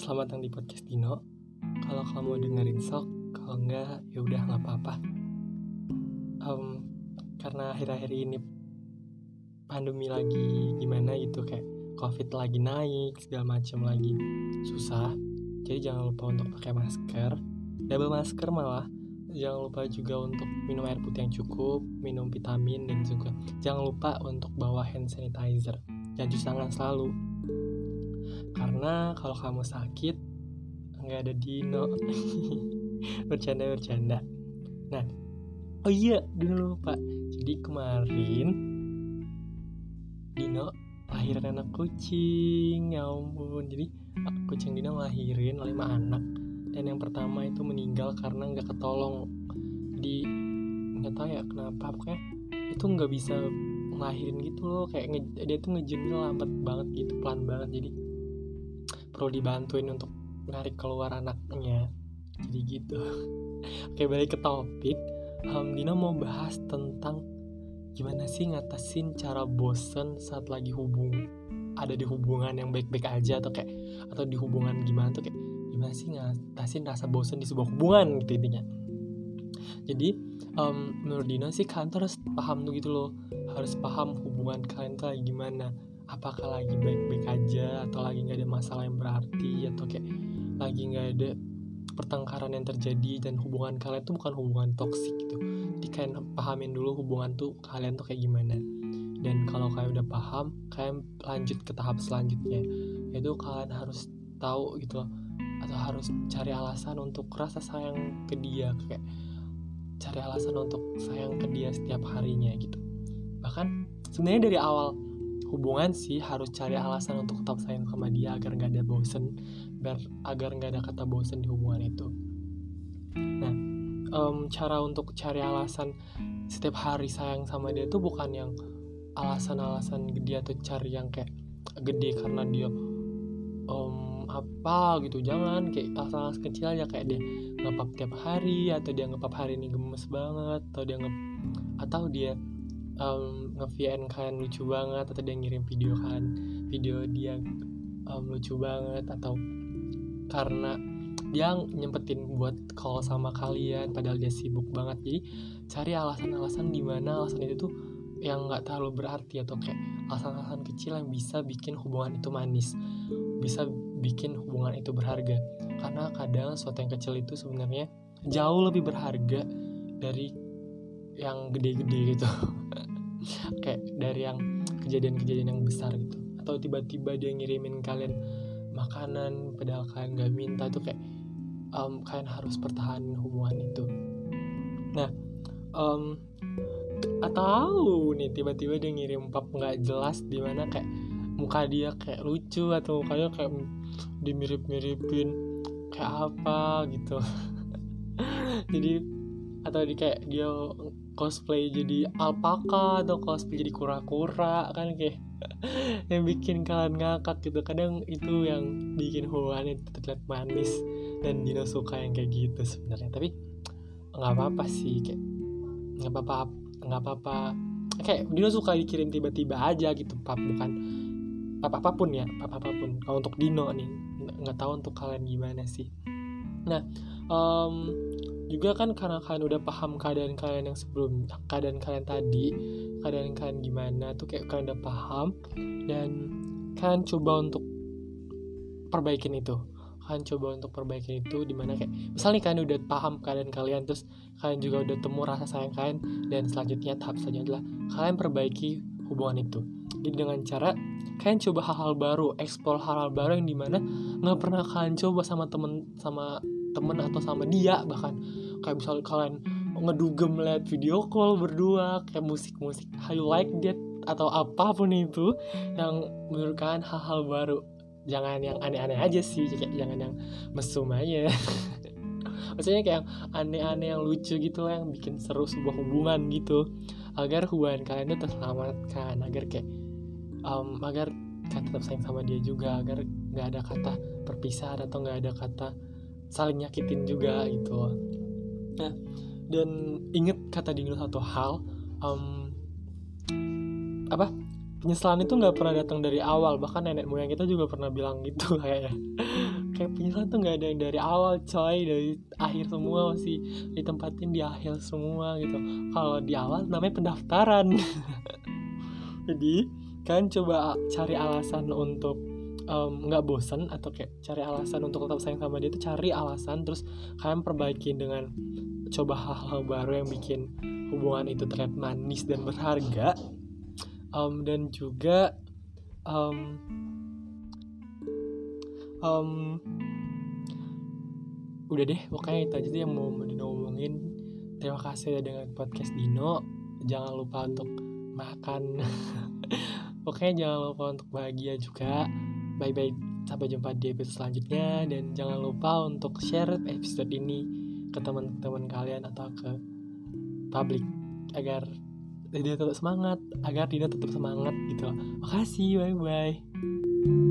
selamat datang di podcast Dino. Kalau kamu dengerin sok, kalau enggak ya udah nggak apa-apa. Karena akhir-akhir ini pandemi lagi gimana gitu, kayak COVID lagi naik, segala macam lagi susah. Jadi jangan lupa untuk pakai masker, double masker malah. Jangan lupa juga untuk minum air putih yang cukup, minum vitamin, dan juga jangan lupa untuk bawa hand sanitizer dan cuci tangan selalu. Karena kalau kamu sakit nggak ada Dino. bercanda. Nah, oh iya, dulu lupa. Jadi kemarin Dino lahiran anak kucing, ya ampun. Jadi kucing Dino ngelahirin 5 anak, dan yang pertama itu meninggal karena nggak ketolong. Jadi nggak tahu ya kenapa, pokoknya itu nggak bisa ngelahirin gitu loh, kayak dia tuh ngejemil lambat banget gitu, pelan banget. Jadi perlu dibantuin untuk narik keluar anaknya. Jadi gitu. Oke, balik ke topik. Dina mau bahas tentang gimana sih ngatasin cara bosen saat lagi ada di hubungan yang baik-baik aja, atau di hubungan gimana tuh, kayak gimana sih ngatasin rasa bosen di sebuah hubungan gitu intinya. Jadi menurut Dina sih kalian tuh harus paham tuh gitu loh, harus paham hubungan kalian tuh lagi gimana. Apakah lagi baik-baik aja, atau lagi gak ada masalah yang berarti, atau kayak lagi gak ada pertengkaran yang terjadi, dan hubungan kalian tuh bukan hubungan toksik gitu. Jadi kalian pahamin dulu hubungan tuh kalian tuh kayak gimana. Dan kalau kalian udah paham, kalian lanjut ke tahap selanjutnya, yaitu kalian harus tahu gitu, atau harus cari alasan untuk rasa sayang ke dia, kayak cari alasan untuk sayang ke dia setiap harinya gitu. Bahkan sebenarnya dari awal hubungan sih harus cari alasan untuk tetap sayang sama dia, agar gak ada bosen, agar gak ada kata bosen di hubungan itu. Nah, cara untuk cari alasan setiap hari sayang sama dia itu bukan yang alasan-alasan gede, atau cari yang kayak gede karena dia apa gitu. Jangan kayak alasan kecil aja, kayak dia ngepap tiap hari, atau dia ngepap hari ini gemes banget, atau dia nge-VN kalian lucu banget, atau dia ngirim video dia lucu banget, atau karena dia nyempetin buat call sama kalian padahal dia sibuk banget. Jadi cari alasan-alasan gimana alasan itu tuh yang gak terlalu berarti, atau kayak alasan-alasan kecil yang bisa bikin hubungan itu manis, bisa bikin hubungan itu berharga. Karena kadang sesuatu yang kecil itu sebenarnya jauh lebih berharga dari yang gede-gede gitu. Kayak dari yang kejadian-kejadian yang besar gitu. Atau tiba-tiba dia ngirimin kalian makanan padahal kalian gak minta, itu kayak kalian harus pertahanin hubungan itu. Nah, atau nih tiba-tiba dia ngirim pap gak jelas, dimana kayak muka dia kayak lucu, atau mukanya kayak dimirip-miripin kayak apa gitu. Jadi atau kayak dia cosplay jadi alpaka, atau cosplay jadi kura-kura, kan kayak yang bikin kalian ngakak gitu. Kadang itu yang bikin hubungan itu terlihat manis, dan Dino suka yang kayak gitu sebenarnya. Tapi nggak apa-apa sih, kayak nggak apa-apa. Kayak Dino suka dikirim tiba-tiba aja gitu, bukan apapun. Kalau untuk Dino nih, nggak tahu untuk kalian gimana sih. Nah, juga kan karena kalian udah paham keadaan kalian yang sebelum, keadaan kalian tadi, keadaan kalian gimana tuh, kayak kalian udah paham, dan kalian coba untuk perbaikin itu. Dimana kayak misalnya kalian udah paham keadaan kalian, terus kalian juga udah temu rasa sayang kalian, dan selanjutnya tahap selanjutnya adalah kalian perbaiki hubungan itu. Jadi dengan cara kalian coba hal-hal baru, explore hal-hal baru yang dimana nggak pernah kalian coba sama temen atau sama dia. Bahkan kayak misalnya kalian ngedugem liat video call berdua, kayak musik how you like that, atau apapun itu yang menurut kalian hal-hal baru. Jangan yang aneh-aneh aja sih, kayak jangan yang mesum aja. Maksudnya kayak yang aneh-aneh yang lucu gitu lah, yang bikin seru sebuah hubungan gitu, agar hubungan kalian itu terselamatkan, agar kayak agar kalian tetap sayang sama dia juga, agar nggak ada kata perpisahan, atau nggak ada kata saling nyakitin juga gitu. Nah, dan inget kata Dino satu hal, penyesalan itu nggak pernah datang dari awal. Bahkan nenek moyang kita juga pernah bilang gitu kayaknya. kayak penyesalan tuh nggak ada yang dari awal coy, dari akhir semua masih ditempatin di akhir semua gitu. Kalau di awal namanya pendaftaran. Jadi kalian coba cari alasan untuk nggak bosan, atau kayak cari alasan untuk tetap sayang sama dia, itu cari alasan terus kalian perbaikin dengan coba hal-hal baru yang bikin hubungan itu terlihat manis dan berharga. Dan juga udah deh, pokoknya itu aja sih yang mau Dino omongin. Terima kasih ya dengan podcast Dino. Jangan lupa untuk makan. Pokoknya jangan lupa untuk bahagia juga. Bye-bye, sampai jumpa di episode selanjutnya. Dan jangan lupa untuk share episode ini ke teman-teman kalian atau ke publik, agar Dino tetap semangat gitu. Makasih, bye-bye.